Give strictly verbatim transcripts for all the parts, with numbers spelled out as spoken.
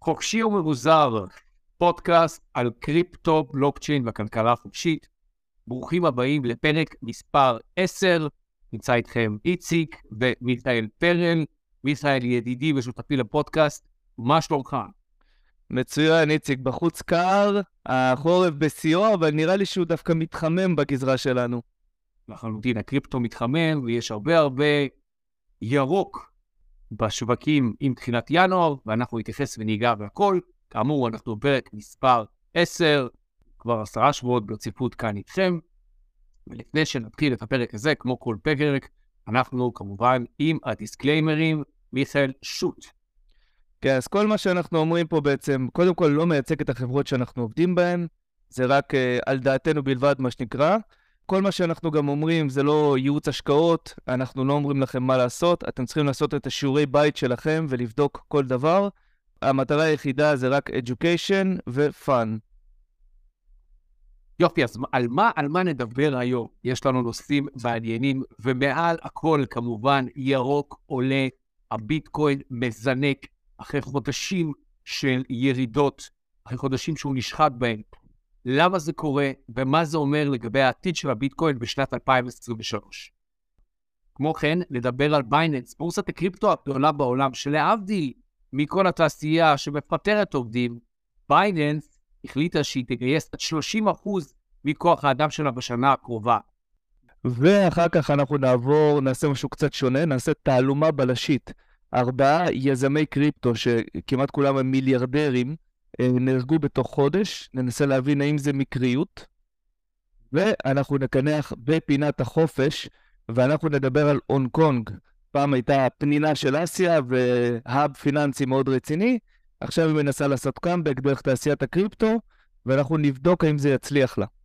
חופשי ומבוזר, פודקאסט על קריפטו, בלוקצ'יין והכלכלה החופשית. ברוכים הבאים לפרק מספר עשר. נמצא איתכם איציק ומיכאל פרל. מיכאל ידידי ושותפי לפודקאסט, מה שלומך? מצוין, איציק, בחוץ קר, החורף בשיאו, אבל נראה לי שהוא דווקא מתחמם בגזרה שלנו. לחלוטין, הקריפטו מתחמם ויש הרבה הרבה ירוק בשווקים עם תחילת ינואר, ואנחנו נתייחס וניגע והכל. כאמור, אנחנו בפרק מספר עשר, כבר עשרה שבועות ברציפות כאן איתכם. ולפני שנתחיל את הפרק הזה, כמו כל פרק, אנחנו כמובן עם הדיסקליימרים. מיכאל, שוט. כן, אז כל מה שאנחנו אומרים פה בעצם, קודם כל לא מייצג את החברות שאנחנו עובדים בהן, זה רק uh, על דעתנו בלבד מה שנקרא. כל מה שאנחנו גם אומרים זה לא ייעוץ השקעות, אנחנו לא אומרים לכם מה לעשות, אתם צריכים לעשות את השיעורי בית שלכם ולבדוק כל דבר. המטרה היחידה זה רק education ו-fun. יופי, אז על מה, על מה נדבר היום? יש לנו נושאים מעניינים, ומעל הכל כמובן ירוק עולה, הביטקוין מזנק אחרי חודשים של ירידות, אחרי חודשים שהוא נשחק בהם. למה זה קורה ומה זה אומר לגבי העתיד של הביטקוין בשנת אלפיים עשרים ושלוש. כמו כן, נדבר על בייננס, בורסת הקריפטו הגדולה בעולם, שלהבדיל מכל התעשייה שמפטרת עובדים, בייננס החליטה שהיא תגייס עד שלושים אחוז מכוח האדם שלה בשנה הקרובה. ואחר כך אנחנו נעבור, נעשה משהו קצת שונה, נעשה תעלומה בלשית. ארבעה יזמי קריפטו שכמעט כולם הם מיליארדרים, נהרגו בתוך חודש, ננסה להבין האם זה מקריות, ואנחנו נקנח בפינת החופש, ואנחנו נדבר על הונג קונג. פעם הייתה פנינה של אסיה והאב פיננסי מאוד רציני, עכשיו היא מנסה לעשות קאמבק דרך תעשיית הקריפטו, ואנחנו נבדוק האם זה יצליח לה.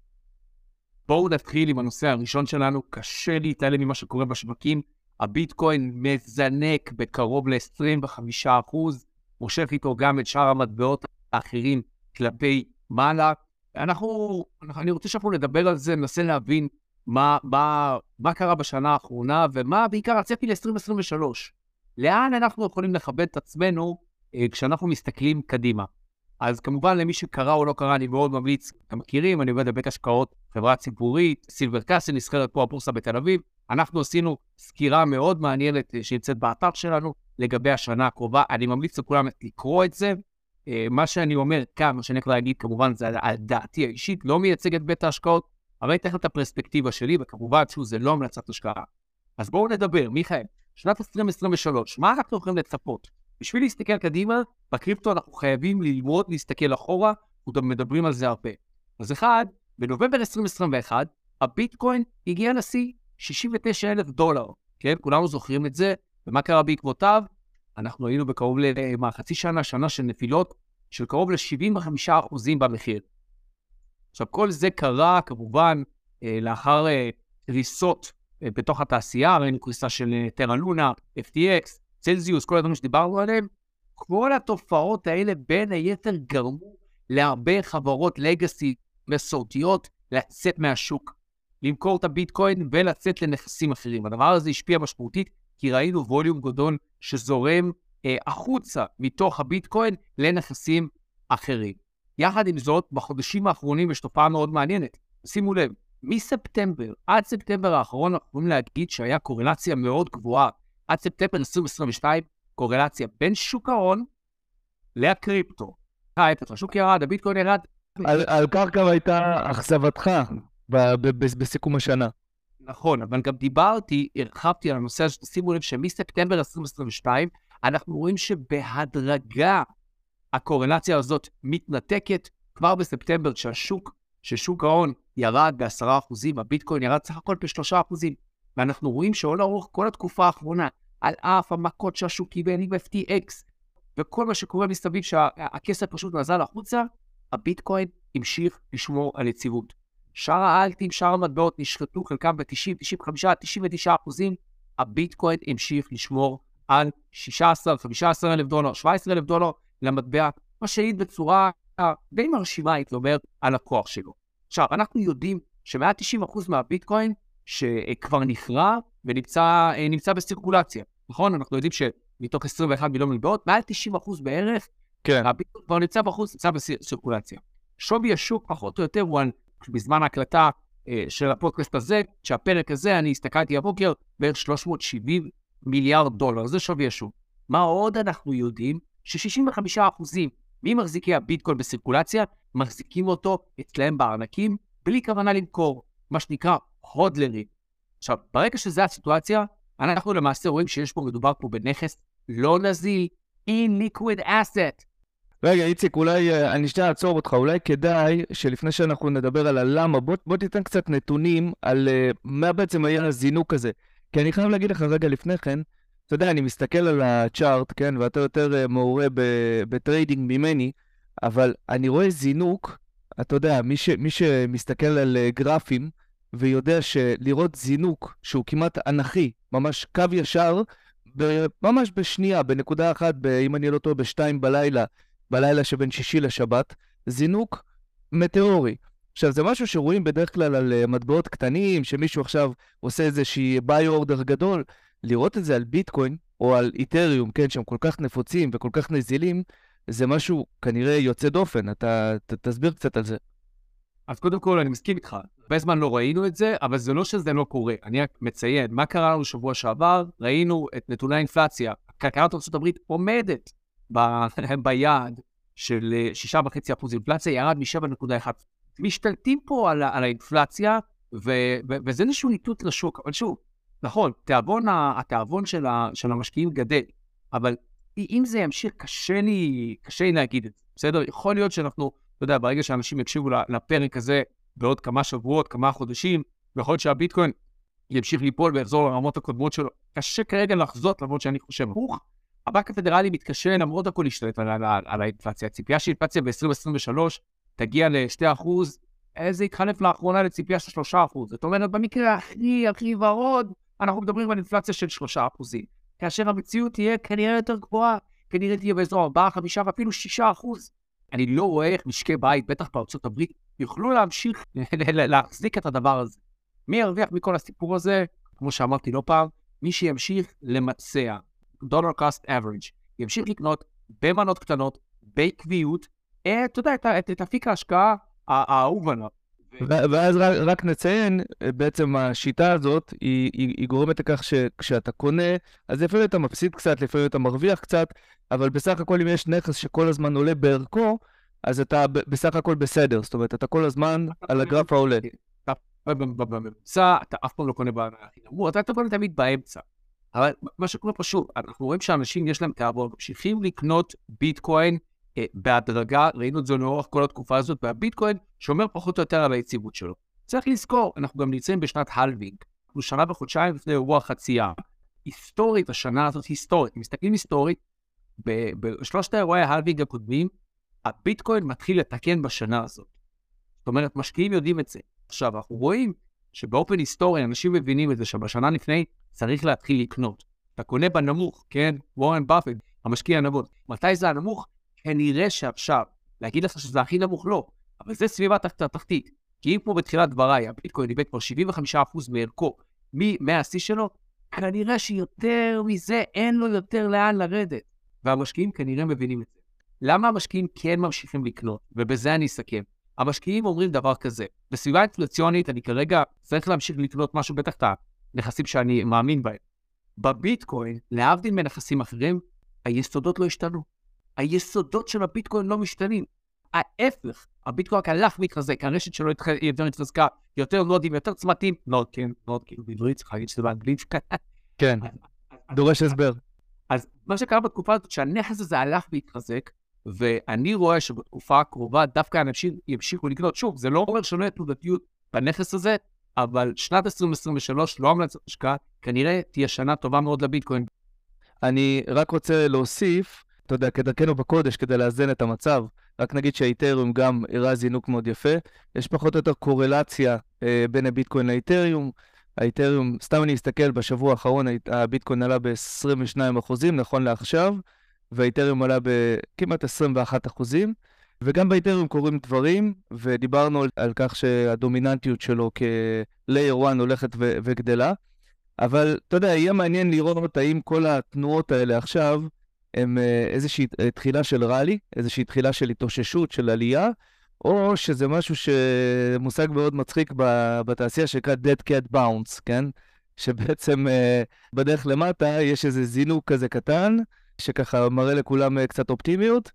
בואו נתחיל עם הנושא הראשון שלנו. קשה להתעלם ממה שקורה בשווקים. הביטקוין מזנק בקרוב ל-עשרים וחמישה אחוז, מושך איתו גם את שאר המטבעות האחרים כלפי מעלה. אנחנו, אני רוצה שאנחנו נדבר על זה, ננסה להבין מה, מה, מה קרה בשנה האחרונה, ומה בעיקר הצפי ל-עשרים עשרים ושלוש. לאן אנחנו יכולים לכבד את עצמנו אה, כשאנחנו מסתכלים קדימה. אז כמובן למי שקרא או לא קרא, אני מאוד ממליץ, אתם מכירים, אני עובד בבית השקעות, חברה ציבורית, סילבר קאסל, נסחרת פה הבורסה בתל אביב. אנחנו עשינו סקירה מאוד מעניינת שנמצאת באתר שלנו לגבי השנה הקרובה. אני ממליץ לכולם לקרוא את זה. מה שאני אומר כאן, מה שאני יכול להגיד כמובן זה על דעתי האישית, לא מייצג את בית ההשקעות, אבל אני אתן את הפרספקטיבה שלי, וכמובן שהוא זה לא המלצת השקעה. אז בואו נדבר, מיכאל, שנת עשרים עשרים ושלוש, מה אנחנו יכולים לצפות? בשביל להסתכל קדימה, בקריפטו אנחנו חייבים ללמוד להסתכל אחורה, וגם מדברים על זה הרבה. אז אחד, בנובמבר עשרים עשרים ואחת, הביטקוין הגיע לשיא שישים ותשעה אלף דולר, כן? כולנו זוכרים את זה, ומה קרה בעקבותיו? אנחנו היינו בקרוב לחצי שנה, שנה של נפילות, של קרוב ל-שבעים וחמישה אחוז במחיר. עכשיו, כל זה קרה, כמובן, לאחר ריסות בתוך התעשייה, ראינו קריסה של טרה לונה, אף טי אקס, צלזיוס, כל הדברים שדיברנו עליהם. כל התופעות האלה בין היתר גרמו להרבה חברות לגאסי מסורתיות לצאת מהשוק, למכור את הביטקוין ולצאת לנכסים אחרים. הדבר הזה השפיע משמעותית, כי ראינו ווליום גדול שזורם אה, החוצה מתוך הביטקוין לנכסים אחרים. יחד עם זאת, בחודשים האחרונים יש תופעה מאוד מעניינת. שימו לב, מספטמבר עד ספטמבר האחרון אנחנו יכולים להגיד שהיה קורלציה מאוד גבוהה. עד ספטמבר עשרים עשרים ושתיים, קורלציה בין שוק ההון לקריפטו. ההפך, השוק ירד, הביטקוין ירד. על, על קרקע הייתה אכזבתך בסיכום השנה. נכון, אבל גם דיברתי, הרחבתי על הנושא הזה, שימו לב שמספטמבר עשרים עשרים ושתיים, אנחנו רואים שבהדרגה הקורלציה הזאת מתנתקת. כבר בספטמבר כשהשוק, ששוק ההון ירד בעשרה אחוזים, הביטקוין ירד סך הכל בשלושה אחוזים. ואנחנו רואים שעול ארוך כל התקופה האחרונה, על אף המכות שהשוק קיבל עם אף טי אקס, וכל מה שקורה מסביב שהכסף פשוט נזל החוצה, הביטקוין המשיך לשמור על יציבות. שאר האלטים, שאר המטבעות נשחטו חלקם ב-תשעים, תשעים וחמישה, תשעים ותשעה אחוזים, הביטקוין המשיך לשמור על שישה עשר, חמישה עשר אלף דולר, שבע עשרה אלף דולר למטבע, מה שהעיד בצורה די מרשימה, הייתי אומר, על הכוח שלו. עכשיו, אנחנו יודעים שמעל תשעים אחוז מהביטקוין שכבר נכרע ונמצא נמצא בסירקולציה. נכון? אנחנו יודעים שמתוך עשרים ואחת מיליון מטבעות, מעל תשעים אחוז בערך כן. הביטקוין כבר נמצא בחוץ, נמצא בסירקולציה. שווי השוק פחות או יותר הוא בזמן ההקלטה אה, של הפודקאסט הזה, שהפרק הזה, אני הסתכלתי הבוקר, בערך שלוש מאות שבעים מיליארד דולר, זה שווי השוק. מה עוד אנחנו יודעים? ש-שישים וחמישה אחוזים ממחזיקי הביטקוין בסירקולציה, מחזיקים אותו אצלהם בארנקים, בלי כוונה למכור, מה שנקרא הודלרים. עכשיו, ברגע שזו הסיטואציה, אנחנו למעשה רואים שיש פה, מדובר פה בנכס לא נזיל, in-liquid asset. רגע, איציק, אולי אני שנייה אעצור אותך, אולי כדאי שלפני שאנחנו נדבר על הלמה, בוא, בוא תיתן קצת נתונים על uh, מה בעצם היה הזינוק הזה. כי אני חייב להגיד לך רגע לפני כן, אתה יודע, אני מסתכל על הצ'ארט, כן, ואתה יותר uh, מעורה בטריידינג ממני, אבל אני רואה זינוק, אתה יודע, מי, ש, מי שמסתכל על uh, גרפים, ויודע שלראות זינוק שהוא כמעט אנכי, ממש קו ישר, ב, ממש בשנייה, בנקודה אחת, ב, אם אני לא טועה, בשתיים בלילה, בלילה שבין שישי לשבת, זינוק מטאורי. עכשיו, זה משהו שרואים בדרך כלל על uh, מטבעות קטנים, שמישהו עכשיו עושה איזושהי ביי אורדר גדול, לראות את זה על ביטקוין, או על איתריום, כן, שהם כל כך נפוצים וכל כך נזילים, זה משהו כנראה יוצא דופן. אתה ת, תסביר קצת על זה. אז קודם כל, אני מסכים איתך. הרבה זמן לא ראינו את זה, אבל זה לא שזה לא קורה. אני רק מציין, מה קרה לנו שבוע שעבר? ראינו את נתוני האינפלציה. כלכלת ארצות הברית עומדת ב- ביעד של שישה וחצי אחוז אינפלציה, ירד מ-שבע נקודה אחת. משתלטים פה על, על האינפלציה, ו- ו- וזה איזשהו ניתות לשוק. אבל שוב, נכון, תיאבון, התיאבון של, ה- של המשקיעים גדל, אבל אם זה ימשיך, קשה לי, קשה לי להגיד את זה. בסדר? יכול להיות שאנחנו, אתה יודע, ברגע שאנשים יקשיבו לפרק הזה בעוד כמה שבועות, כמה חודשים, ויכול להיות שהביטקוין ימשיך ליפול ויחזור לרמות הקודמות שלו. קשה כרגע לחזות, למרות שאני חושב, רוח, הבנק הפדרלי מתקשה למרות הכל להשתלט על, על, על האינפלציה. הציפייה של אינפלציה ב-עשרים עשרים ושלוש תגיע ל-שני אחוז, זה יתחלף לאחרונה לציפייה של שלושה אחוז. זאת אומרת, במקרה הכי הכי ורוד, אנחנו מדברים על אינפלציה של שלושה אחוזים. כאשר המציאות תהיה כנראה יותר גבוהה, כנראה תהיה באזור ארבעה, חמישה ואפילו שישה אחוז. אני לא רואה איך משקי בית, בטח בארצות הברית, יוכלו להמשיך להחזיק את הדבר הזה. מי ירוויח מכל הסיפור הזה? כמו שאמרתי לא פעם, מי שימשיך למצע, dollar cost average, ימשיך לקנות במנות קטנות, בעקביות, אתה יודע, את אפיק ההשקעה האהוב עליו. ואז רק, רק נציין, בעצם השיטה הזאת היא, היא, היא גורמת לכך שכשאתה קונה, אז לפעמים אתה מפסיד קצת, לפעמים אתה מרוויח קצת, אבל בסך הכל אם יש נכס שכל הזמן עולה בערכו, אז אתה בסך הכל בסדר, זאת אומרת, אתה כל הזמן על הגרף העולה. בממוצע, אתה אף פעם לא קונה הכי נמוך, אתה קונה תמיד באמצע. אבל מה שקורה פשוט, אנחנו רואים שאנשים יש להם תיאבון, ממשיכים לקנות ביטקוין, בהדרגה, ראינו את זה לאורך כל התקופה הזאת, והביטקוין שומר פחות או יותר על היציבות שלו. צריך לזכור, אנחנו גם נמצאים בשנת הלווינג, אנחנו שנה וחודשיים לפני אירוע חצייה. היסטורית, השנה הזאת היסטורית, מסתכלים היסטורית, בשלושת אירועי ההלווינג הקודמים, הביטקוין מתחיל לתקן בשנה הזאת. זאת אומרת, משקיעים יודעים את זה. עכשיו, אנחנו רואים שבאופן היסטורי, אנשים מבינים את זה, שבשנה לפני צריך להתחיל לקנות. אתה קונה בנמוך, כן? וורן באפט, המשקיע הנבות. מתי זה הנמוך? כנראה שעכשיו, להגיד לך שזה הכי נמוך לא, אבל זה סביבת התחתית. כי אם כמו בתחילת דבריי, הביטקוין איבד כבר שבעים וחמישה אחוז מערכו מהשיא שלו, כנראה שיותר מזה אין לו יותר לאן לרדת. והמשקיעים כנראה מבינים את זה. למה המשקיעים כן ממשיכים לקנות? ובזה אני אסכם. המשקיעים אומרים דבר כזה, בסביבה אינפלציונית אני כרגע צריך להמשיך לקנות משהו בטח את הנכסים שאני מאמין בהם. בביטקוין, להבדיל מנכסים אחרים, היסודות לא השתנו. היסודות של הביטקוין לא משתנים. ההפך, הביטקוין הלך מתחזק, הרשת שלו יותר התחזקה, יותר נודים, יותר צמתים. לא, כן, לא, כאילו בעברית, צריך להגיד שזה באנגלית. כן, דורש הסבר. אז מה שקרה בתקופה הזאת, שהנכס הזה הלך והתחזק, ואני רואה שבתקופה הקרובה דווקא אנשים ימשיכו לקנות. שוב, זה לא אומר שלא יהיה תנודתיות בנכס הזה, אבל שנת עשרים עשרים ושלוש, לא המלצת השקעה, כנראה תהיה שנה טובה מאוד לביטקוין. אני רק רוצה להוסיף, אתה יודע, כדרכנו בקודש, כדי לאזן את המצב, רק נגיד שהאיתריום גם הראה זינוק מאוד יפה, יש פחות או יותר קורלציה אה, בין הביטקוין לאיתריום, האיתריום, סתם אני אסתכל, בשבוע האחרון הביטקוין עלה ב-עשרים ושניים אחוזים, נכון לעכשיו, והאיתריום עלה בכמעט עשרים ואחד אחוזים, וגם באיתריום קורים דברים, ודיברנו על, על כך שהדומיננטיות שלו כ-Layer אחת הולכת ו- וגדלה, אבל אתה יודע, יהיה מעניין לראות האם כל התנועות האלה עכשיו, הם איזושהי תחילה של רלי, איזושהי תחילה של התאוששות, של עלייה, או שזה משהו שמושג מאוד מצחיק בתעשייה שנקרא Dead Cat Bounce, כן? שבעצם בדרך למטה יש איזה זינוק כזה קטן, שככה מראה לכולם קצת אופטימיות,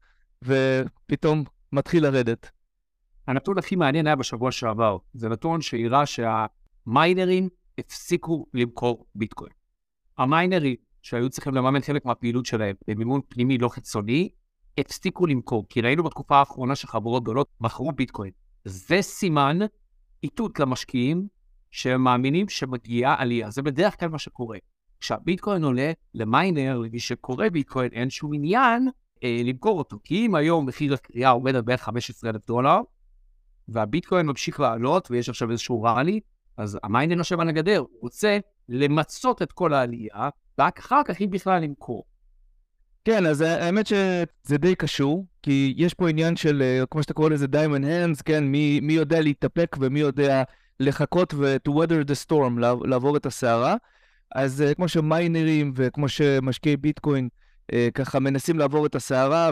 ופתאום מתחיל לרדת. הנתון הכי מעניין היה בשבוע שעבר. זה נתון שהראה שהמיינרים הפסיקו למכור ביטקוין. המיינרים שהיו צריכים לממן חלק מהפעילות שלהם במימון פנימי לא חיצוני, הפסיקו למכור, כי ראינו בתקופה האחרונה שחברות גדולות מכרו ביטקוין. זה סימן איתות למשקיעים שמאמינים שמגיעה עלייה. זה בדרך כלל מה שקורה. כשהביטקוין עולה למיינר, למי שקורא ביטקוין, אין שום עניין אה, למכור אותו. כי אם היום מחיר הקריאה עומד על בערך חמישה עשר אלף דולר, והביטקוין ממשיך לעלות ויש עכשיו איזשהו רלי, אז המיינר נושב על הגדר, הוא רוצה למצות את כל העלייה, רק אחר כך היא בכלל למכור. כן, אז האמת שזה די קשור, כי יש פה עניין של, כמו שאתה קורא לזה, diamond hands, כן, מי, מי יודע להתאפק ומי יודע לחכות ו- to weather the storm, לעבור את הסערה. אז כמו שמיינרים וכמו שמשקיעי ביטקוין ככה מנסים לעבור את הסערה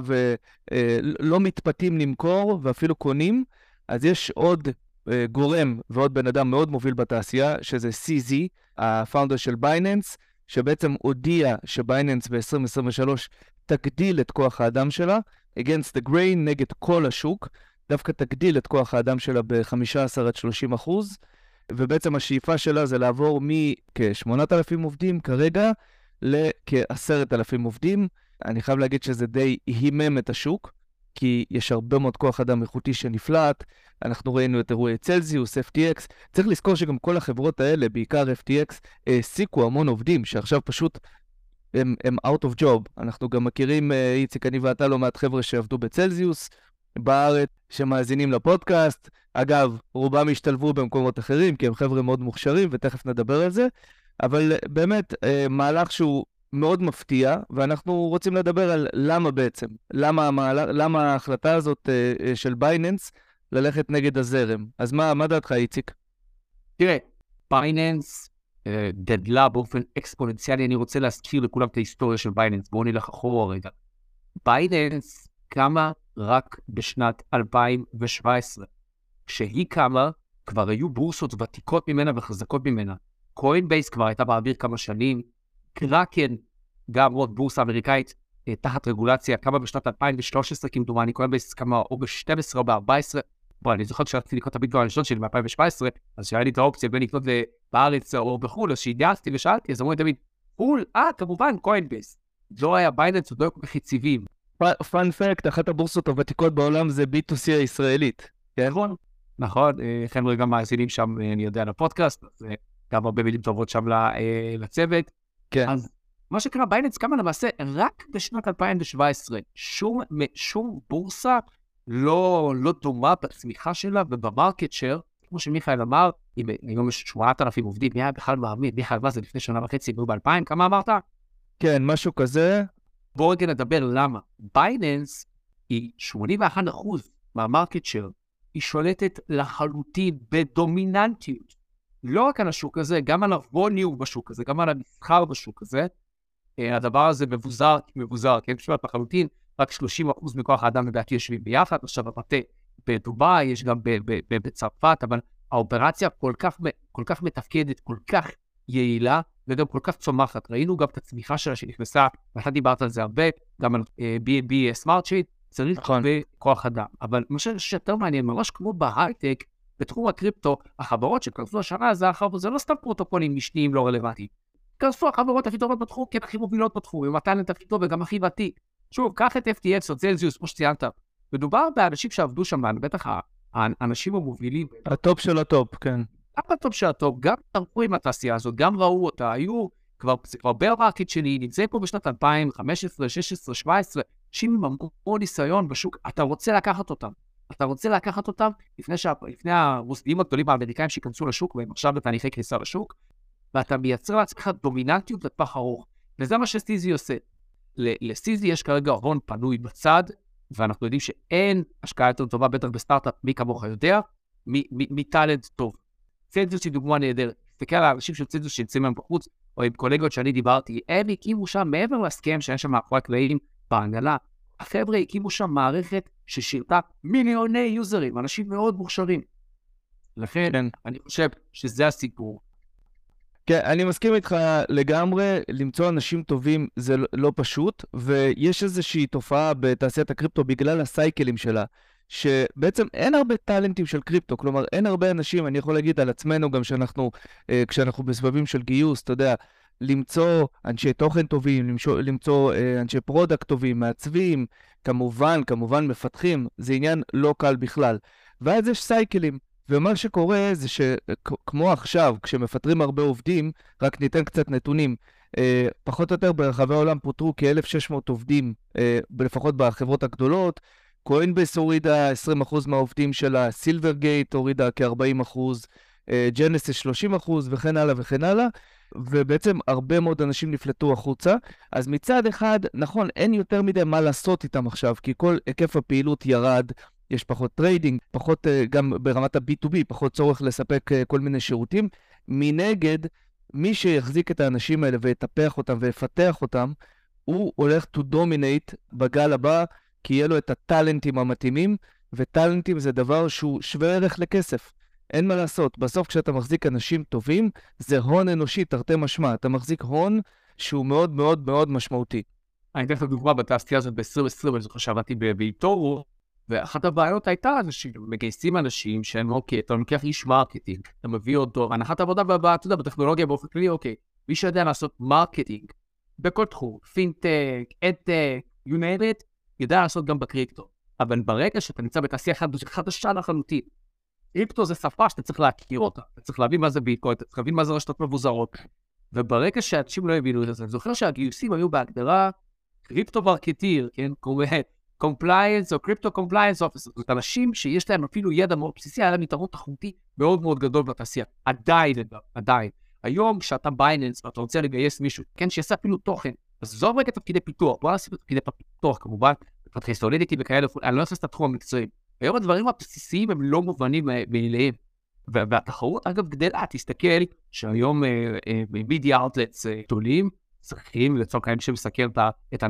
ולא מתפתים למכור ואפילו קונים, אז יש עוד גורם ועוד בן אדם מאוד מוביל בתעשייה, שזה סי זי, הפאונדר של בייננס, שבעצם הודיע שבייננס ב-עשרים עשרים ושלוש תגדיל את כוח האדם שלה, against the grain, נגד כל השוק, דווקא תגדיל את כוח האדם שלה ב-חמישה עשר עד שלושים אחוז, ובעצם השאיפה שלה זה לעבור מכ-שמונת אלפים עובדים כרגע לכ-עשרת אלפים עובדים. אני חייב להגיד שזה די הימם את השוק, כי יש הרבה מאוד כוח אדם איכותי שנפלט, אנחנו ראינו את אירועי צלזיוס, אף טי אקס, צריך לזכור שגם כל החברות האלה, בעיקר אף טי אקס, העסיקו המון עובדים, שעכשיו פשוט הם, הם out of job. אנחנו גם מכירים, איציק, אני ואתה לא מעט חבר'ה שעבדו בצלזיוס, בארץ, שמאזינים לפודקאסט, אגב, רובם השתלבו במקומות אחרים, כי הם חבר'ה מאוד מוכשרים, ותכף נדבר על זה, אבל באמת, מהלך שהוא מאוד מפתיע, ואנחנו רוצים לדבר על למה בעצם, למה, המהלך, למה ההחלטה הזאת של בייננס ללכת נגד הזרם. אז מה, מה דעתך, איציק? תראה, בייננס גדלה באופן אקספוננציאלי. אני רוצה להזכיר לכולם את ההיסטוריה של בייננס. בואו נלך אחורה רגע. בייננס קמה רק בשנת אלפיים שבע עשרה. כשהיא קמה, כבר היו בורסות ותיקות ממנה וחזקות ממנה. קוינבייס כבר הייתה באוויר כמה שנים, קראקן, גם עוד בורסה אמריקאית, תחת רגולציה, קמה בשנת אלפיים ושלוש עשרה, כמדומני, קוינבייס קמה או ב-שתים עשרה או ב-ארבע עשרה, בוא, אני זוכר כשהלכתי לקרוא את הביטקוין הראשון שלי ב-אלפיים שבע עשרה, אז שהיה לי את האופציה בין לקנות בארץ או בחול, אז שהתייעצתי ושאלתי, אז אמרו לי תמיד, חול, אה, כמובן, קוינבייס. לא היה בייננס, עוד לא היו יציבים. פאנ פקט, אחת הבורסות הוותיקות בעולם זה בי טו סי הישראלית. נכון, נכון, חבר'ה גם מאזינים שם, אני יודע, לפודקאסט, אז גם הרבה מילים טובות שם לצוות. כן. אז מה שקרה, בייננס קמה למעשה רק בשנת אלפיים שבע עשרה. שום, שום בורסה לא, לא דומה בצמיחה שלה ובמרקט שייר, כמו שמיכאל אמר, אם היום יש שמונת אלפים עובדים, מי היה בכלל מאמין? מיכאל, מה זה לפני שנה וחצי, היו ב-אלפיים, כמה אמרת? כן, משהו כזה. בואו רגע נדבר למה. בייננס היא שמונים ואחד אחוז מהמרקט שייר, היא שולטת לחלוטין בדומיננטיות. לא רק על השוק הזה, גם על הווליום בשוק הזה, גם על המסחר בשוק הזה. הדבר הזה מבוזר, מבוזר, כן, פשוט לחלוטין, רק שלושים אחוז מכוח האדם ובעתי יושבים ביחד. עכשיו, המטה בדוביי, יש גם בצרפת, אבל האופרציה כל כך, כל כך מתפקדת, כל כך יעילה, וגם כל כך צומחת. ראינו גם את הצמיחה שלה שנכנסה, ואתה דיברת על זה הרבה, גם על בי אן בי סמארט שיט, צריך הרבה כוח אדם. אבל מה שיותר מעניין, ממש כמו בהייטק, בתחום הקריפטו, החברות שקרסו השנה, זה, זה לא סתם פרוטוקולים משניים לא רלוונטיים. קרסו החברות הכי טובות בתחום, כן, הכי מובילות בתחום, עם הטלנט הכי טוב וגם הכי ותיק. שוב, קח את אף טי אקס או צלזיוס, כמו שציינת. מדובר באנשים שעבדו שם, בטח האנשים המובילים. הטופ של הטופ, כן. גם הטופ של הטופ, גם תרפו עם התעשייה הזאת, גם ראו אותה, היו כבר, זה כבר ברמרקט שלי, נמצא פה בשנת אלפיים וחמש עשרה, שש עשרה, שבע עשרה, אנשים עם המון ניסיון בשוק, אתה רוצה לקחת אותם. אתה רוצה לקחת אותם לפני, שה... לפני המוסדים הגדולים האמריקאים שיכנסו לשוק, והם עכשיו בתהליכי כניסה לשוק, ואתה מייצר לעצמך דומיננטיות לטווח ארוך. וזה מה שסיזי עושה. לסיזי יש כרגע הון פנוי בצד, ואנחנו יודעים שאין השקעה יותר טובה, בטח בסטארט-אפ, מי כמוך יודע, מטלנט טוב. צלזיוס היא דוגמה נהדרת. תסתכל על האנשים של צלזיוס שיוצאים מהם בחוץ, או עם קולגות שאני דיברתי, הם הקימו שם מעבר להסכם שאין שם מאחורי הקלעים, בהנהלה. החבר'ה הקימו שם מערכת ששירתה מיליוני יוזרים, אנשים מאוד מוכשרים. לכן, כן. אני חושב שזה הסיפור. כן, אני מסכים איתך לגמרי, למצוא אנשים טובים זה לא פשוט, ויש איזושהי תופעה בתעשיית הקריפטו בגלל הסייקלים שלה, שבעצם אין הרבה טלנטים של קריפטו, כלומר אין הרבה אנשים, אני יכול להגיד על עצמנו גם שאנחנו, כשאנחנו בסבבים של גיוס, אתה יודע, למצוא אנשי תוכן טובים, למצוא, למצוא אנשי פרודקט טובים, מעצבים, כמובן, כמובן מפתחים, זה עניין לא קל בכלל. ואז יש סייקלים. ומה שקורה זה שכמו עכשיו, כשמפטרים הרבה עובדים, רק ניתן קצת נתונים, אה, פחות או יותר ברחבי העולם פוטרו כ-אלף ושש מאות עובדים, אה, לפחות בחברות הגדולות, קוינבייס הורידה עשרים אחוז מהעובדים שלה, סילברגייט הורידה כ-ארבעים אחוז, אה, ג'נסיס שלושים אחוז וכן הלאה וכן הלאה, ובעצם הרבה מאוד אנשים נפלטו החוצה. אז מצד אחד, נכון, אין יותר מדי מה לעשות איתם עכשיו, כי כל היקף הפעילות ירד, יש פחות טריידינג, פחות גם ברמת ה-בי טו בי, פחות צורך לספק כל מיני שירותים. מנגד, מי שיחזיק את האנשים האלה ויטפח אותם ויפתח אותם, הוא הולך to dominate בגל הבא, כי יהיה לו את הטלנטים המתאימים, וטלנטים זה דבר שהוא שווה ערך לכסף. אין מה לעשות, בסוף כשאתה מחזיק אנשים טובים, זה הון אנושי, תרתי משמע. אתה מחזיק הון שהוא מאוד מאוד מאוד משמעותי. אני אתן לך דוגמה בתעשייה הזאת ב-עשרים עשרים, אני זוכר שעבדתי באיטורו, ואחת הבעיות הייתה זה שמגייסים אנשים שהם, אוקיי, אתה לוקח איש מרקטינג, אתה מביא אותו, הנחת עבודה בבא, אתה יודע, בטכנולוגיה באופן כללי, אוקיי, מי שיודע לעשות מרקטינג בכל תחום, פינטק, אדטק, you name it, יודע לעשות גם בקריפטו. אבל ברגע שאתה נמצא בתעשייה חדשה לחלוטין, קריפטו זה שפה שאתה צריך להכיר אותה, אתה צריך להבין מה זה ביטקוין, אתה צריך להבין מה זה רשתות מבוזרות. וברגע שאנשים לא הבינו את זה, אני זוכר שהגיוסים היו בהגדרה קריפטו מרקטיר, כן, כמו compliance או crypto compliance officer, זאת אנשים שיש להם אפילו ידע מאוד בסיסי, היה להם יתרון תחרותי מאוד מאוד גדול בתעשייה. עדיין, עדיין. היום כשאתה בייננס ואתה רוצה לגייס מישהו, כן, שיעשה אפילו תוכן, אז זו רגע תפקידי פיתוח, בוא נעשה תפקידי פיתוח, כמובן, פתחי סולידיטי וכאלה, אני לא אעשה את התחום המקצועי. היום הדברים הבסיסיים הם לא מובנים מאליהם. והתחרות, אגב, גדלה, תסתכל שהיום מידיה אאוטלטס גדולים, צריכים לצורך העניין שמסקר את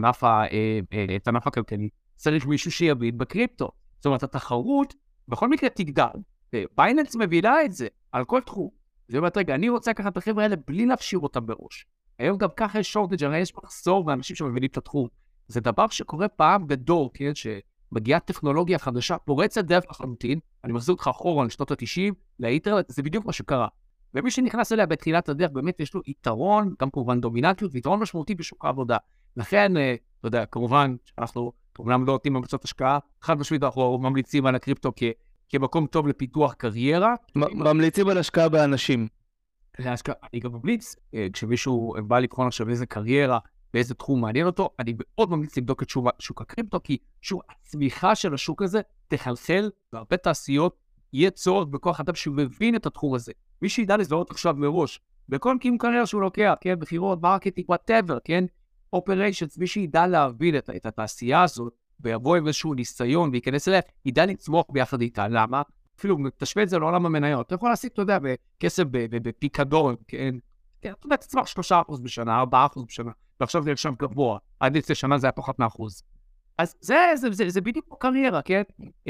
הענף הכלכלי, צריך מישהו שיבין בקריפטו. זאת אומרת, התחרות בכל מקרה תגדל, ובייננס מבינה את זה על כל תחום. זה אומרת, רגע, אני רוצה לקחת את החבר'ה האלה בלי להפשיר אותם בראש. היום גם ככה יש שורטג', הרי יש מחסור באנשים שמבינים את התחום. זה דבר שקורה פעם בדור, כן, שמגיעה טכנולוגיה חדשה, פורצת דרך לחלוטין, אני מחזיר אותך אחורה לשנות ה-תשעים, לאינטרנט, זה בדיוק מה שקרה. ומי שנכנס אליה בתחילת הדרך, באמת יש לו יתרון, גם כמובן דומיננטיות, ויתרון משמעותי בשוק העבודה. לכן, אתה יודע, כמובן, אנחנו אומנם לא נותנים ממליצות השקעה, חד משמעית אנחנו ממליצים על הקריפטו כ- כמקום טוב לפיתוח קריירה. ממליצים על השקעה באנשים. להשקעה, אני גם ממליץ, כשמישהו בא לבחון עכשיו איזה קריירה, באיזה תחום מעניין אותו, אני מאוד ממליץ לבדוק את שוק, שוק הקריפטו, כי שוק, הצמיחה של השוק הזה תחלחל, והרבה תעשיות יהיה צורך בכוח אדם שמבין את התחום הזה. מי שידע לזהות עכשיו מראש, בכל קיום קריירה שהוא לוקח, כן, בחירות, מרקטינג, whatever, כן, operations, מי שידע להבין את, את התעשייה הזאת, ויבוא עם איזשהו ניסיון, וייכנס אליה, ידע לצמוח ביחד איתה. למה? אפילו תשווה את זה לעולם המניות. אתה יכול להשיג, אתה יודע, בכסף בפיקדון, כן, אתה יודע, תצמח שלושה אחוז בשנה, ארבעה אחוז בשנה, ועכשיו זה עכשיו גבוה, עד לפני שנה זה היה פחות מאחוז. אז זה, זה, זה, זה בדיוק קריירה, כן?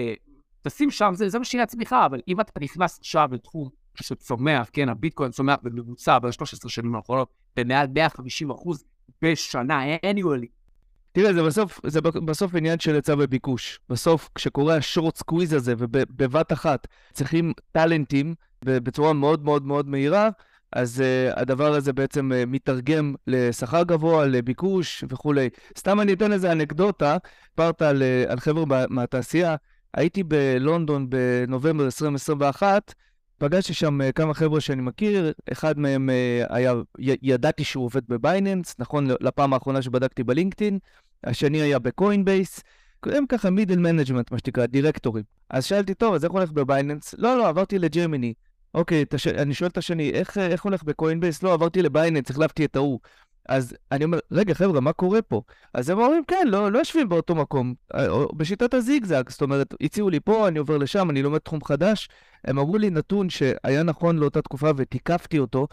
תשים שם, זה, זה מה שיהיה הצמיחה, אבל אם אתה נכנס עכשיו לתחום שצומח, כן, הביטקוין צומח בממוצע ב-שלוש עשרה שנים האחרונות, במעל מאה וחמישים אחוז בשנה, annually. תראה, זה בסוף, זה בסוף עניין של היצע וביקוש. בסוף, כשקורה השורט סקוויז הזה, ובבת אחת צריכים טלנטים, בצורה מאוד מאוד מאוד מהירה, אז uh, הדבר הזה בעצם uh, מתרגם לשכר גבוה, לביקוש וכו'. סתם אני אתן איזה אנקדוטה, פרט על, uh, על חבר'ה מהתעשייה, הייתי בלונדון בנובמבר עשרים עשרים ואחת, פגשתי שם uh, כמה חבר'ה שאני מכיר, אחד מהם uh, היה, י- ידעתי שהוא עובד בבייננס, נכון לפעם האחרונה שבדקתי בלינקדאין, השני היה בקוינבייס, הם ככה מידל מנג'מנט, מה שתקרא, דירקטורים. אז שאלתי, טוב, אז איך הולך בבייננס? לא, לא, עברתי לג'רמני. אוקיי, תש... אני שואל את השני, איך, איך הולך בקוינבייס? לא, עברתי לבייננס, החלפתי את ההוא. אז אני אומר, רגע, חבר'ה, מה קורה פה? אז הם אומרים, כן, לא, לא יושבים באותו מקום, בשיטת הזיגזג, זאת אומרת, הציעו לי פה, אני עובר לשם, אני לומד תחום חדש. הם אמרו לי נתון שהיה נכון לאותה תקופה ותיקפתי אותו,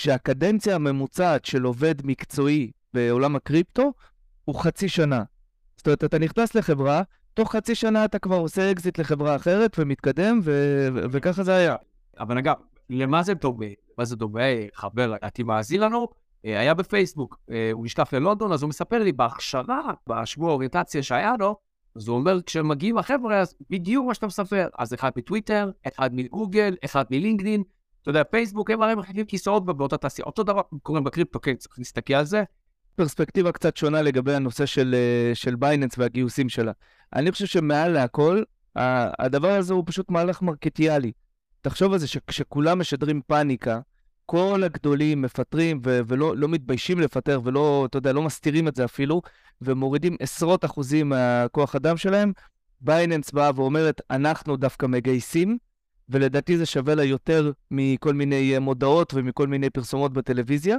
שהקדנציה הממוצעת של עובד מקצועי בעולם הקריפטו הוא חצי שנה. זאת אומרת, אתה נכנס לחברה, תוך חצי שנה אתה כבר עושה אקזיט לחברה אחרת ומתקדם, ו- ו- וככה זה היה. אבל אגב, למה זה דומה? מה זה דומה? חבר, אתה מאזין לנו, היה בפייסבוק, הוא נשלח ללונדון, אז הוא מספר לי בהכשרה, בשבוע האוריינטציה שהיה לו, אז הוא אומר, כשמגיעים החבר'ה, אז בדיוק מה שאתה מספר, אז אחד מטוויטר, אחד מגוגל, אחד מלינקדין, אתה יודע, פייסבוק, הם הרי מחליפים כיסאות באותה תעשייה, אותו דבר קוראים בקריפטו, כן, צריך להסתכל על זה. פרספקטיבה קצת שונה לגבי הנושא של, של בייננס והגיוסים שלה. אני חושב שמעל להכל, הדבר הזה הוא פשוט מהלך מרקטיאלי. תחשוב על זה שכשכולם משדרים פאניקה, כל הגדולים מפטרים ו- ולא לא מתביישים לפטר ולא, אתה יודע, לא מסתירים את זה אפילו, ומורידים עשרות אחוזים מהכוח אדם שלהם, בייננס באה ואומרת, אנחנו דווקא מגייסים, ולדעתי זה שווה לה יותר מכל מיני מודעות ומכל מיני פרסומות בטלוויזיה,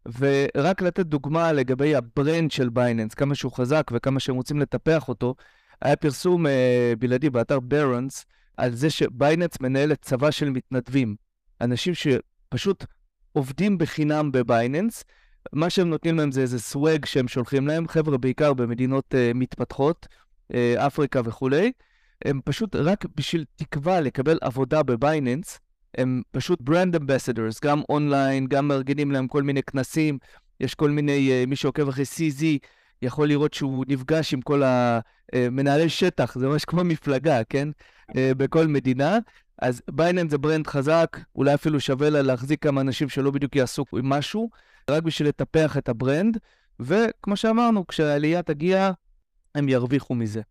ורק לתת דוגמה לגבי הברנד של בייננס, כמה שהוא חזק וכמה שהם רוצים לטפח אותו, היה פרסום uh, בלעדי באתר ברנס, על זה שבייננס מנהלת צבא של מתנדבים, אנשים שפשוט עובדים בחינם בבייננס, מה שהם נותנים להם זה איזה סווג שהם שולחים להם, חבר'ה בעיקר במדינות uh, מתפתחות, uh, אפריקה וכולי, הם פשוט רק בשביל תקווה לקבל עבודה בבייננס, הם פשוט ברנד אמבסדורס, גם אונליין, גם מארגנים להם כל מיני כנסים, יש כל מיני, uh, מי שעוקב אחרי סי זי, יכול לראות שהוא נפגש עם כל המנהלי שטח, זה ממש כמו מפלגה, כן? Uh, בכל מדינה, אז בייננס זה ברנד חזק, אולי אפילו שווה לה להחזיק כמה אנשים שלא בדיוק יעשו עם משהו, רק בשביל לטפח את הברנד, וכמו שאמרנו, כשהעלייה תגיע, הם ירוויחו מזה.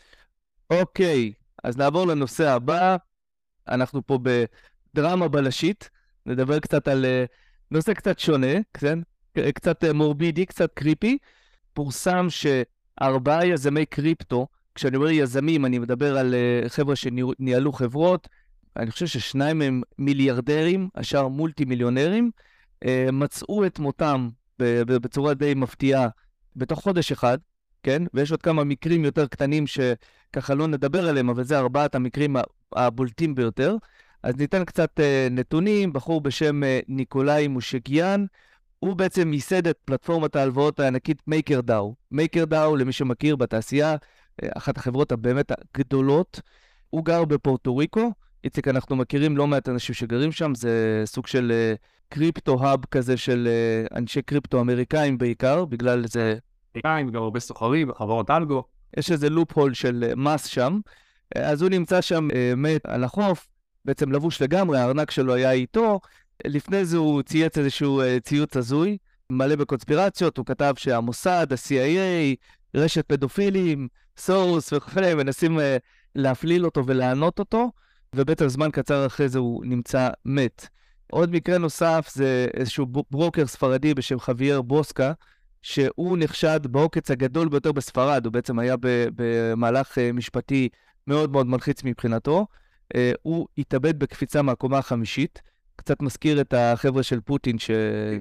אוקיי, אז נעבור לנושא הבא, אנחנו פה בדרמה בלשית, נדבר קצת על uh, נושא קצת שונה, כן? קצת uh, מורבידי, קצת קריפי, פורסם שארבעה יזמי קריפטו, כשאני אומר יזמים, אני מדבר על uh, חבר'ה שניהלו חברות, אני חושב ששניים הם מיליארדרים, השאר מולטי מיליונרים, uh, מצאו את מותם בצורה די מפתיעה בתוך חודש אחד, כן? ויש עוד כמה מקרים יותר קטנים שככה לא נדבר עליהם, אבל זה ארבעת המקרים הבולטים ביותר. אז ניתן קצת uh, נתונים, בחור בשם uh, ניקולאי מושגיאן, הוא בעצם ייסד את פלטפורמת ההלוואות הענקית MakerDAO. MakerDAO, למי שמכיר בתעשייה, אחת החברות הבאמת הגדולות, הוא גר בפורטו ריקו, איציק, אנחנו מכירים לא מעט אנשים שגרים שם, זה סוג של קריפטו-האב כזה של uh, אנשי קריפטו אמריקאים בעיקר, בגלל זה... אמריקאים, גם הרבה סוחרים, חברות אלגו. יש איזה לופ-הול של uh, מס שם, uh, אז הוא נמצא שם uh, מת על החוף, בעצם לבוש לגמרי, הארנק שלו היה איתו, לפני זה הוא צייץ איזשהו uh, ציוץ הזוי, מלא בקונספירציות, הוא כתב שהמוסד, ה-סי איי איי, רשת פדופילים, סורוס וכו', מנסים uh, להפליל אותו ולענות אותו, ובעצם זמן קצר אחרי זה הוא נמצא מת. עוד מקרה נוסף זה איזשהו ברוקר ספרדי בשם חוויאר בוסקה, שהוא נחשד בעוקץ הגדול ביותר בספרד, הוא בעצם היה במהלך משפטי מאוד מאוד מלחיץ מבחינתו, הוא התאבד בקפיצה מהקומה החמישית, קצת מזכיר את החבר'ה של פוטין ש...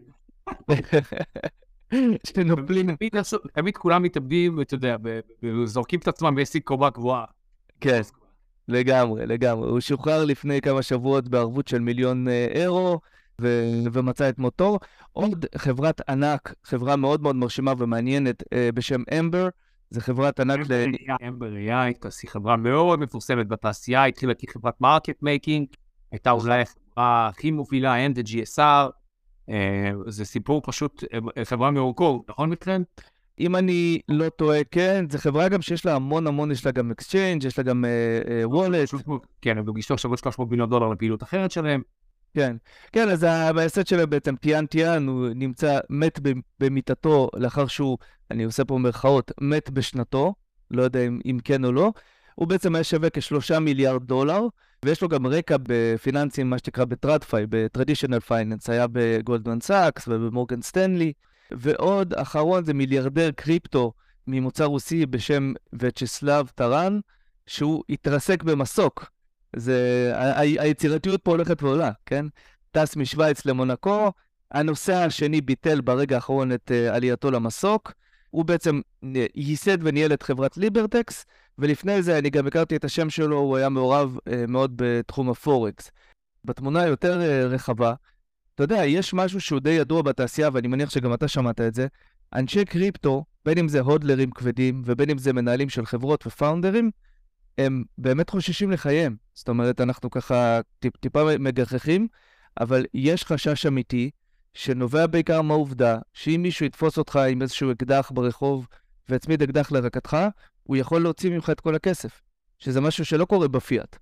שנופלים. תמיד כולם מתאבדים, אתה יודע, וזורקים את עצמם בעסק קומה גבוהה. כן. לגמרי, לגמרי. הוא שוחרר לפני כמה שבועות בערבות של מיליון אירו, ו- ומצא את מותו. עוד חברת ענק, חברה מאוד מאוד מרשימה ומעניינת, בשם אמבר, זה חברת ענק... אמבר איי איי, היא חברה מאוד מפורסמת בתעשייה, התחילה כחברת מרקט מייקינג, הייתה אולי החברה הכי מובילה, M D G S R, זה סיפור פשוט, חברה מאורקור, נכון מתכן? אם אני לא טועה, כן, זו חברה גם שיש לה המון המון, יש לה גם אקסצ'יינג', יש לה גם וולט. כן, הם בגישתו עכשיו שלוש מאות מיליון דולר לפעילות אחרת שלהם. כן, כן, אז המייסד שלהם בעצם טיאן טיאן, הוא נמצא מת במיטתו לאחר שהוא, אני עושה פה מרכאות, מת בשנתו, לא יודע אם, אם כן או לא. הוא בעצם היה שווה כשלושה מיליארד דולר, ויש לו גם רקע בפיננסים, מה שתקרא בטרדפיי, בטרדישיונל פייננס, היה בגולדמן סאקס ובמורגן סטנלי. ועוד אחרון זה מיליארדר קריפטו ממוצא רוסי בשם וצ'סלב טרן, שהוא התרסק במסוק. זה, ה- ה- היצירתיות פה הולכת ועולה, כן? טס משוויץ למונקו, הנוסע השני ביטל ברגע האחרון את uh, עלייתו למסוק, הוא בעצם ייסד וניהל את חברת ליברטקס, ולפני זה אני גם הכרתי את השם שלו, הוא היה מעורב uh, מאוד בתחום הפורקס. בתמונה יותר uh, רחבה, אתה יודע, יש משהו שהוא די ידוע בתעשייה, ואני מניח שגם אתה שמעת את זה, אנשי קריפטו בין אם זה הודלרים כבדים, ובין אם זה מנהלים של חברות ופאונדרים, הם באמת חוששים לחייהם. זאת אומרת, אנחנו ככה טיפ, טיפה מגחכים, אבל יש חשש אמיתי, שנובע בעיקר מהעובדה, שאם מישהו יתפוס אותך עם איזשהו אקדח ברחוב, והצמיד אקדח לרקתך, הוא יכול להוציא ממך את כל הכסף. שזה משהו שלא קורה בפיאט.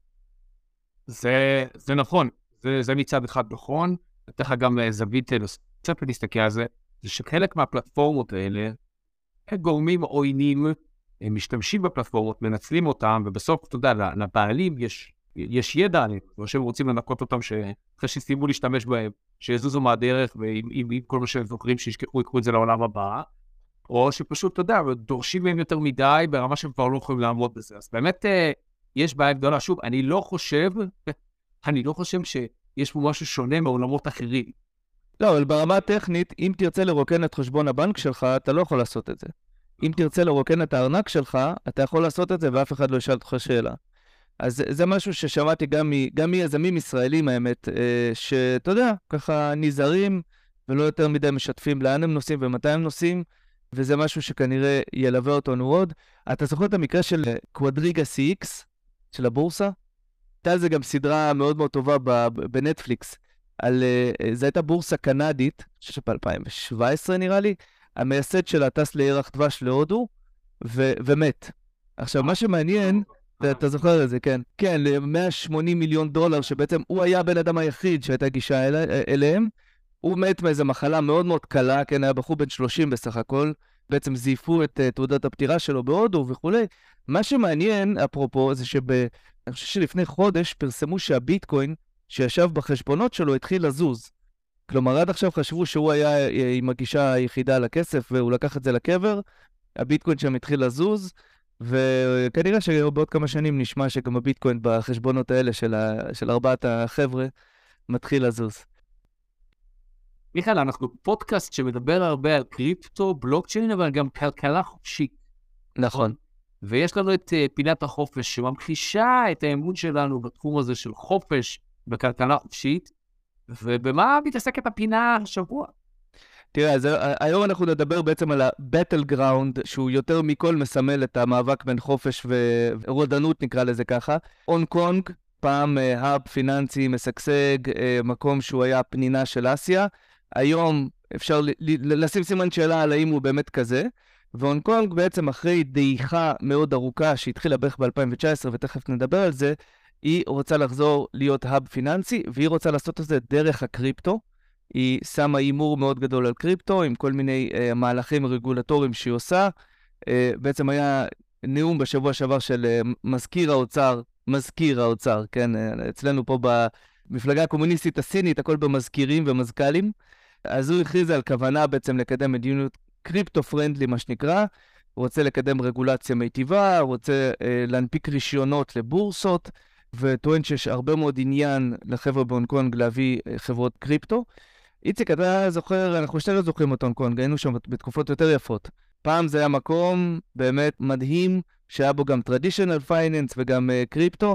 זה, זה נכון. זה, זה מצד אחד נכון. אתן לך גם זווית נוספת להסתכל על זה, זה שחלק מהפלטפורמות האלה, גורמים עוינים, הם משתמשים בפלטפורמות, מנצלים אותם, ובסוף, אתה יודע, לבעלים יש, יש ידע עליהם, או שהם רוצים לנקות אותם, שאחרי שסיימו להשתמש בהם, שיזוזו מהדרך, ועם עם, עם כל מה שהם זוכרים, שישכחו, יקחו את זה לעולם הבא, או שפשוט, אתה יודע, דורשים מהם יותר מדי, ברמה שהם כבר לא יכולים לעמוד בזה. אז באמת, יש בעיה גדולה. שוב, אני לא חושב, אני לא חושב שיש פה משהו שונה מעולמות אחרים. לא, אבל ברמה הטכנית, אם תרצה לרוקן את חשבון הבנק שלך, אתה לא יכול לעשות את זה. אם תרצה לרוקן את הארנק שלך, אתה יכול לעשות את זה, ואף אחד לא ישאל אותך שאלה. אז זה משהו ששמעתי גם, מ, גם מיזמים ישראלים, האמת, שאתה יודע, ככה נזהרים, ולא יותר מדי משתפים לאן הם נוסעים ומתי הם נוסעים, וזה משהו שכנראה ילווה אותנו עוד. אתה זוכר את המקרה של קוואדריגה סי איקס, של הבורסה? הייתה זה גם סדרה מאוד מאוד טובה בנטפליקס, על, זו הייתה בורסה קנדית, אני חושב ב-אלפיים שבע עשרה נראה לי, המייסד שלה טס לירח דבש להודו, ו- ומת. עכשיו, מה שמעניין, אתה, אתה זוכר את זה, כן? כן, ל-מאה ושמונים מיליון דולר, שבעצם הוא היה הבן אדם היחיד שהייתה גישה אל- אליהם, הוא מת מאיזו מחלה מאוד מאוד קלה, כן, היה בחור בן שלושים בסך הכל, בעצם זייפו את uh, תעודת הפטירה שלו בהודו וכו'. מה שמעניין, אפרופו, זה שב... אני חושב שלפני חודש פרסמו שהביטקוין שישב בחשבונות שלו התחיל לזוז. כלומר, עד עכשיו חשבו שהוא היה עם הגישה היחידה לכסף, והוא לקח את זה לקבר, הביטקוין שם התחיל לזוז, וכנראה שבעוד כמה שנים נשמע שגם הביטקוין בחשבונות האלה של, ה... של ארבעת החבר'ה מתחיל לזוז. מיכאל, אנחנו פודקאסט שמדבר הרבה על קריפטו, בלוקצ'יין, אבל גם כלכלה חופשית. נכון. ויש לנו את uh, פינת החופש, שממחישה את האמון שלנו בתחום הזה של חופש בכלכלה חופשית, ובמה מתעסקת הפינה השבוע? תראה, אז היום אנחנו נדבר בעצם על ה-Battle Ground, שהוא יותר מכל מסמל את המאבק בין חופש ורודנות, נקרא לזה ככה. הונג קונג, פעם האב פיננסי משגשג, מקום שהוא היה פנינה של אסיה. היום אפשר לשים סימן שאלה על האם הוא באמת כזה. והונג קונג בעצם אחרי דעיכה מאוד ארוכה שהתחילה בערך ב-אלפיים תשע עשרה, ותכף נדבר על זה, היא רוצה לחזור להיות האב פיננסי, והיא רוצה לעשות את זה דרך הקריפטו. היא שמה אימור מאוד גדול על קריפטו, עם כל מיני uh, מהלכים רגולטוריים שהיא עושה. Uh, בעצם היה נאום בשבוע שעבר של uh, מזכיר האוצר, מזכיר האוצר, כן? Uh, אצלנו פה במפלגה הקומוניסטית הסינית, הכל במזכירים ומזכ"לים. אז הוא הכריז על כוונה בעצם לקדם מדיניות קריפטו-פרנדלי, מה שנקרא. הוא רוצה לקדם רגולציה מיטיבה, הוא רוצה uh, להנפיק רישיונות לבורסות, וטוען שיש הרבה מאוד עניין לחבר'ה בהונג קונג להביא uh, חברות קריפטו. איציק, אתה זוכר, אנחנו שתי לא זוכרים את הונג קונג, היינו שם בתקופות יותר יפות. פעם זה היה מקום באמת מדהים, שהיה בו גם traditional finance וגם uh, קריפטו.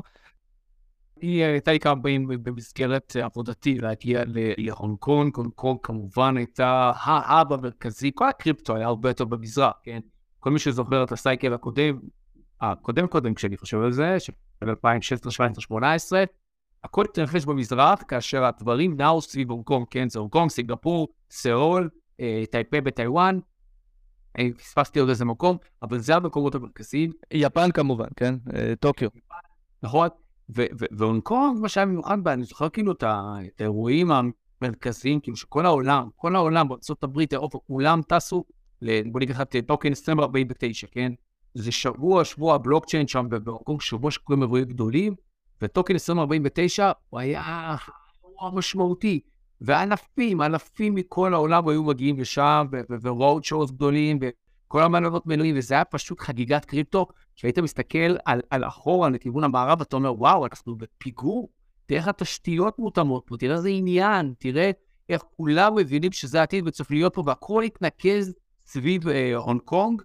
היא הייתה לי כמה פעמים במסגרת עבודתי להגיע להונג קונג. הונג קונג כמובן הייתה האב המרכזי, כל הקריפטו היה הרבה יותר במזרח, כן? כל מי שזוכר את הסייקל הקודם, הקודם קודם כשאני חושב על זה, של אלפיים שש עשרה, שבע עשרה, שמונה עשרה, הכל התרחש במזרח, כאשר הדברים נעו סביב הונג קונג, כן? זה הונג קונג, סינגפור, סאול, טייפה בטיואן, פספסתי עוד איזה מקום, אבל זה המקומות המרכזיים. יפן כמובן, כן? טוקיו. נכון? והונג קונג, מה שהיה מיוחד בה, אני זוכר כאילו את האירועים המרכזיים, כאילו שכל העולם, כל העולם, בארצות הברית, אירופה, כולם טסו, בוא נגיד לך, טוקן עשרים ארבעים ותשע, כן? זה שבוע, שבוע הבלוקצ'יין שם בהונג קונג, שבוע שקוראים אירועים גדולים, וטוקן עשרים ארבעים ותשע הוא היה משמעותי, ואלפים, אלפים מכל העולם היו מגיעים לשם, ורוד שואוס גדולים, וכל המעניינות מנויים, וזה היה פשוט חגיגת קריפטו, שהיית מסתכל על, על אחורה, לכיוון המערב, אתה אומר, וואו, אנחנו בפיגור, תראה איך התשתיות מותאמות פה, תראה איזה עניין, תראה איך כולם מבינים שזה העתיד וצריך להיות פה, והכל התנקז סביב אה, הונג קונג,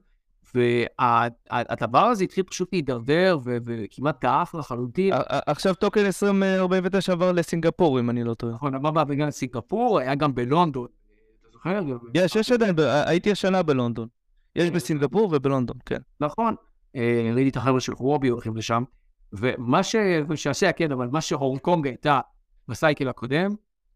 והדבר הזה התחיל פשוט להידרדר, וכמעט דעך לחלוטין. עכשיו טוקן עשרים ארבעים ותשע עבר לסינגפור, אם אני לא טועה. נכון, עבר בגלל סינגפור, היה גם בלונדון. אתה זוכר? יש, יש עדיין, הייתי השנה בלונדון. יש בסינגפור ובלונדון, כן. נכון. ראיתי את החבר'ה של רובי הולכים לשם, ומה שעשה, כן, אבל מה שהונג קונג הייתה בסייקל הקודם,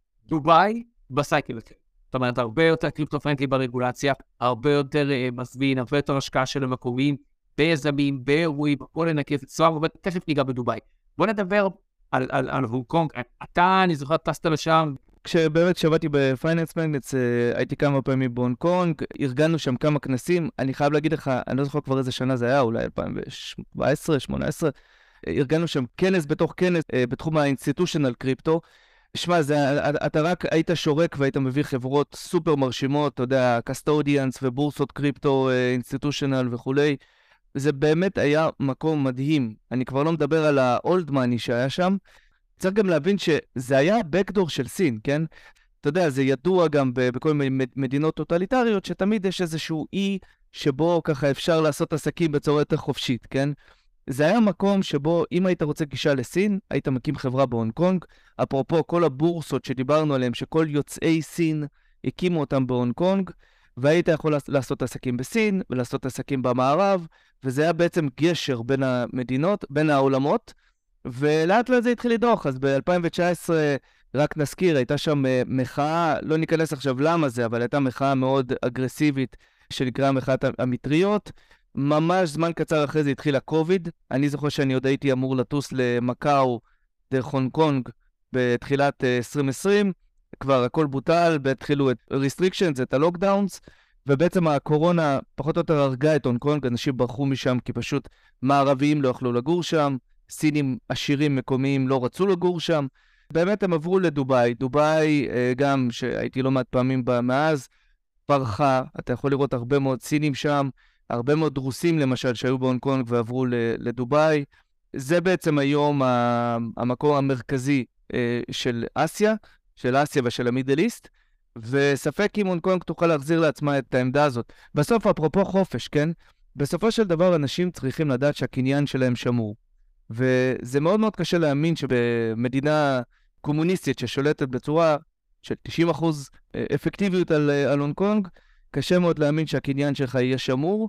דובאי בסייקל הקודם. זאת אומרת, הרבה יותר קריפטו-פרנדלי ברגולציה, הרבה יותר מזמין, הרבה יותר השקעה של המקומיים, ביזמים, באירועים, בוא ננקף את סוואר, ותכף ניגע בדובאי. בוא נדבר על, על, על הונג קונג. אתה, אני זוכר, טסת לשם. כשבאמת שבאתי בפייננס מגנטס, הייתי כמה פעמים בהונג קונג, ארגנו שם כמה כנסים, אני חייב להגיד לך, אני לא זוכר כבר איזה שנה זה היה, אולי אלפיים שבע עשרה, שמונה עשרה, ארגנו שם כנס בתוך כנס, בתחום האינסטיטושנל קריפטו. שמע, אתה רק היית שורק והיית מביא חברות סופר מרשימות, אתה יודע, קסטודיאנס ובורסות קריפטו, אינסטיטושנל וכולי. זה באמת היה מקום מדהים. אני כבר לא מדבר על האולד מאני שהיה שם. צריך גם להבין שזה היה בקדור של סין, כן? אתה יודע, זה ידוע גם בכל מיני מדינות טוטליטריות, שתמיד יש איזשהו אי שבו ככה אפשר לעשות עסקים בצורה יותר חופשית, כן? זה היה מקום שבו אם היית רוצה גישה לסין, היית מקים חברה בהונג קונג. אפרופו כל הבורסות שדיברנו עליהן, שכל יוצאי סין הקימו אותם בהונג קונג, והיית יכול לעשות עסקים בסין ולעשות עסקים במערב, וזה היה בעצם גשר בין המדינות, בין העולמות, ולאט לאט זה התחיל לדוח. אז ב-אלפיים תשע עשרה, רק נזכיר, הייתה שם מחאה, לא ניכנס עכשיו למה זה, אבל הייתה מחאה מאוד אגרסיבית, שנקרא מחאת המטריות. ממש זמן קצר אחרי זה התחיל הקוביד. אני זוכר שאני עוד הייתי אמור לטוס למקאו דרך הונג קונג בתחילת עשרים עשרים, כבר הכל בוטל, והתחילו את restrictions, את הלוקדאונס, ובעצם הקורונה פחות או יותר הרגה את הונג קונג, אנשים ברחו משם כי פשוט מערביים לא יכלו לגור שם, סינים עשירים מקומיים לא רצו לגור שם, באמת הם עברו לדובאי. דובאי גם, שהייתי לא מעט פעמים בה מאז, פרחה, אתה יכול לראות הרבה מאוד סינים שם, הרבה מאוד רוסים למשל שהיו בהונג קונג ועברו לדובאי. זה בעצם היום המקום המרכזי של אסיה, של אסיה ושל המידל איסט, וספק אם הונג קונג תוכל להחזיר לעצמה את העמדה הזאת. בסוף, אפרופו חופש, כן? בסופו של דבר אנשים צריכים לדעת שהקניין שלהם שמור. וזה מאוד מאוד קשה להאמין שבמדינה קומוניסטית ששולטת בצורה של תשעים אחוז אפקטיביות על, על הונג קונג, קשה מאוד להאמין שהקניין שלך יהיה שמור,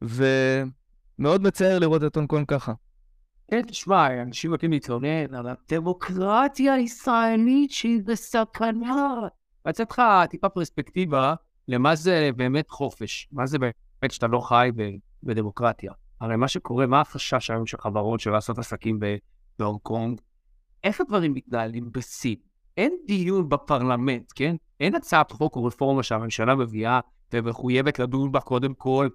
ומאוד מצער לראות את הונג קונג ככה. כן, תשמע, אנשים רוצים להתלונן על הדמוקרטיה הישראלית שהיא בסכנה. ואצאת לך טיפה פרספקטיבה למה זה באמת חופש, מה זה באמת שאתה לא חי בדמוקרטיה. הרי מה שקורה, מה החשש היום של חברות של לעשות עסקים בהונג קונג, איך הדברים מתנהלים בסין? אין דיון בפרלמנט, כן? אין הצעת חוק או רפורמה שהממשלה מביאה ומחויבת לדון בה קודם כל,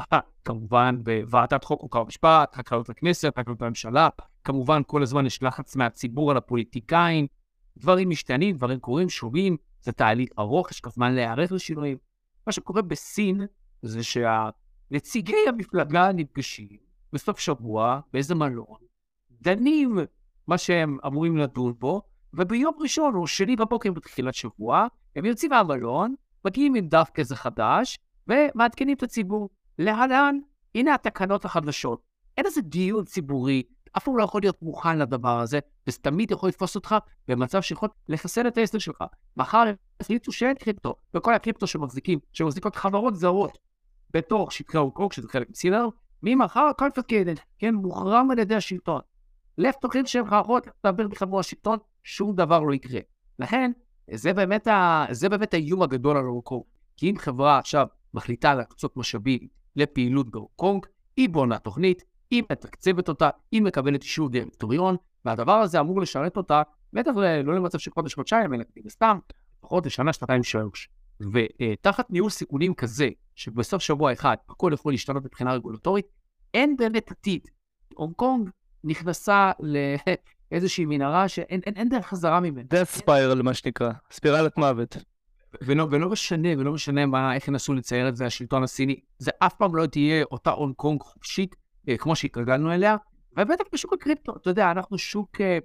כמובן בוועדת חוק חוקה ומשפט, הקלות הכנסת, הקלות הממשלה, כמובן כל הזמן יש לחץ מהציבור על הפוליטיקאים, דברים משתנים, דברים קורים, שומעים, זה תהליך ארוך, יש כזמן להיערך לשינויים. מה שקורה בסין זה שהנציגי המפלגה נפגשים בסוף שבוע באיזה מלון, דנים מה שהם אמורים לדון בו, וביום ראשון או שני בבוקר בתחילת שבוע, הם יוצאים מהמלון, מגיעים עם דף כזה חדש, ומעדכנים את הציבור. להלן, הנה התקנות החדשות. אין איזה דיון ציבורי, אף פעם לא יכול להיות מוכן לדבר הזה, וזה תמיד יכול לתפוס אותך במצב שיכול לחסל את העסק שלך. מחר החליטו שאין קריפטו, וכל הקריפטו שמחזיקים, שמחזיקות חברות זרות, בתוך שטחי הונג קונג, שזה חלק מסינר, ממחר קונפיסקייטד, כן, מוחרם על ידי השלטון. לך תוכנית שהן חברות, תעביר בחברו השלטון, שום דבר לא יקרה. לכן, זה באמת, ה... זה באמת האיום הגדול על הונג קונג. כי אם חברה עכשיו מחליטה להקצות משאבים לפעילות בהונג קונג, היא בונה תוכנית, היא מתקצבת אותה, היא מקבלת אישור דירקטוריון, והדבר הזה אמור לשרת אותה, בטח לא למצב של חודש חודשיים, אלא סתם, לפחות לשנה, שנתיים, שלוש. ותחת ניהול סיכונים כזה, שבסוף שבוע אחד הכל יכול להשתנות מבחינה רגולטורית, אין באמת עתיד. הונג קונג נכנסה לאיזושהי מנהרה שאין אין, אין דרך חזרה ממנה. death spiral, מה שנקרא, ספירלת מוות. ולא, ולא משנה, ולא משנה מה, איך ינסו לצייר את זה השלטון הסיני. זה אף פעם לא תהיה אותה הונג קונג חופשית, אה, כמו שהתרגלנו אליה, ובטח בשוק הקריפטו. אתה יודע, אנחנו שוק אה,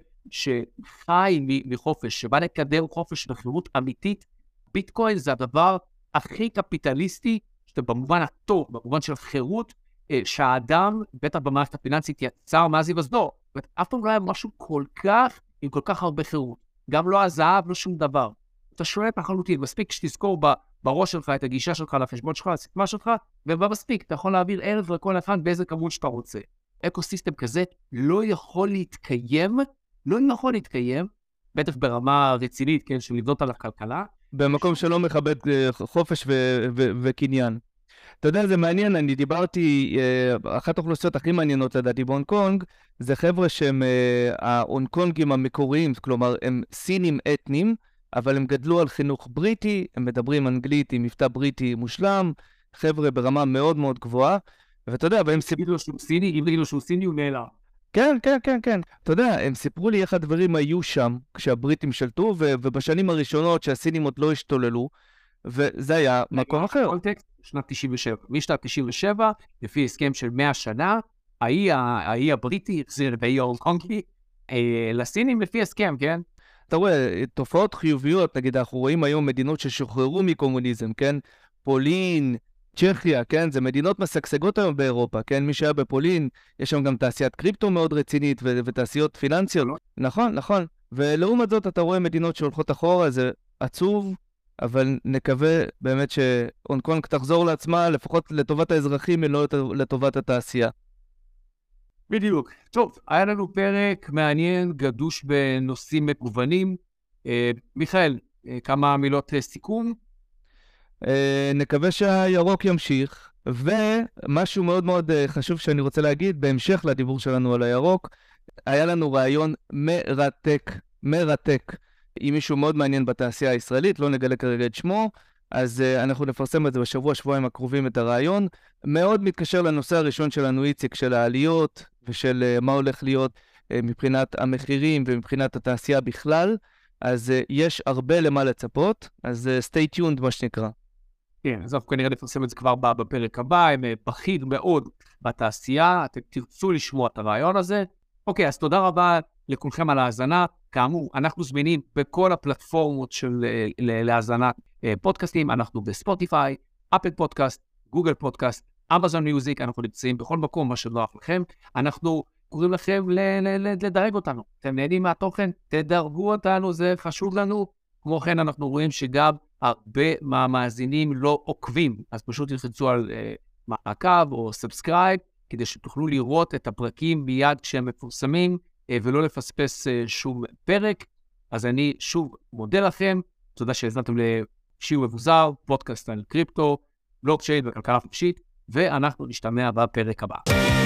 שחי מחופש, שבא לקדם חופש וחירות אמיתית. ביטקוין זה הדבר הכי קפיטליסטי, שאתה במובן הטוב, במובן של חירות, אה, שהאדם, בטח במערכת הפיננסית, יצר מאז היווסדו. אף פעם לא היה משהו כל כך, עם כל כך הרבה חירות. גם לא הזהב, לא שום דבר. אתה שואל לחלוטין, מספיק שתזכור בראש שלך, את הגישה שלך לחשבון שלך, לסיסמה שלך, ובמספיק, אתה יכול להעביר ערב לכל אחד באיזה כמות שאתה רוצה. אקוסיסטם כזה לא יכול להתקיים, לא יכול להתקיים, בטח ברמה רצינית, כן, של לבנות על הכלכלה. במקום שלא מכבד חופש ו- ו- וקניין. אתה יודע, זה מעניין, אני דיברתי, אחת האוכלוסיות הכי מעניינות לדעתי בהונג קונג, זה חבר'ה שהם ההונג קונגים המקוריים, כלומר, הם סינים אתנים, אבל הם גדלו על חינוך בריטי, הם מדברים אנגלית עם מבטא בריטי מושלם, חבר'ה ברמה מאוד מאוד גבוהה, ואתה יודע, והם סיפרו... יגידו שהוא סיני, אם יגידו שהוא סיני, הוא נעלם. כן, כן, כן, כן. אתה יודע, הם סיפרו לי איך הדברים היו שם, כשהבריטים שלטו, ו- ובשנים הראשונות שהסינים עוד לא השתוללו, וזה היה מקום אחר. קונטקסט, שנת תשעים ושבע. משנת תשעים ושבע, לפי הסכם של מאה שנה, האי, האי הבריטי, החזיר את האי ההונג קונגי, אה, לסינים לפי הסכם, כן? אתה רואה, תופעות חיוביות, נגיד, אנחנו רואים היום מדינות ששוחררו מקומוניזם, כן? פולין, צ'כיה, כן? זה מדינות משגשגות היום באירופה, כן? מי שהיה בפולין, יש שם גם תעשיית קריפטו מאוד רצינית ו- ותעשיות פיננסיות. נכון, נכון. ולעומת זאת, אתה רואה מדינות שהולכות אחורה, זה עצוב, אבל נקווה באמת שהונג קונג תחזור לעצמה, לפחות לטובת האזרחים, ולא לטובת התעשייה. בדיוק. טוב, היה לנו פרק מעניין, גדוש בנושאים מגוונים. אה, מיכאל, אה, כמה מילות אה, סיכום? אה, נקווה שהירוק ימשיך, ומשהו מאוד מאוד אה, חשוב שאני רוצה להגיד, בהמשך לדיבור שלנו על הירוק, היה לנו רעיון מרתק, מרתק, עם מישהו מאוד מעניין בתעשייה הישראלית, לא נגלה כרגע את שמו, אז uh, אנחנו נפרסם את זה בשבוע, שבועיים הקרובים את הרעיון. מאוד מתקשר לנושא הראשון שלנו, איציק, של העליות ושל uh, מה הולך להיות uh, מבחינת המחירים ומבחינת התעשייה בכלל. אז uh, יש הרבה למה לצפות, אז uh, stay tuned מה שנקרא. כן, אז אנחנו כנראה נפרסם את זה כבר בפרק הבא, הם בכיר מאוד בתעשייה, אתם תרצו לשמוע את הרעיון הזה. אוקיי, אז תודה רבה לכולכם על ההאזנה. כאמור, אנחנו זמינים בכל הפלטפורמות של להאזנת פודקאסטים, אנחנו בספוטיפיי, אפל פודקאסט, גוגל פודקאסט, אמזון מיוזיק, אנחנו נמצאים בכל מקום, מה שנוח לכם. אנחנו קוראים לכם לדרג אותנו. אתם נהנים מהתוכן, תדרגו אותנו, זה חשוב לנו. כמו כן, אנחנו רואים שגם הרבה מהמאזינים לא עוקבים, אז פשוט תלחצו על uh, מעקב או סאבסקרייב, כדי שתוכלו לראות את הפרקים מיד כשהם מפורסמים, uh, ולא לפספס uh, שום פרק. אז אני שוב מודה לכם, תודה שהזמנתם לשיעור מבוזר, פודקאסט על קריפטו, בלוקצ'יין וכלכלה חופשית, ואנחנו נשתמע בפרק הבא.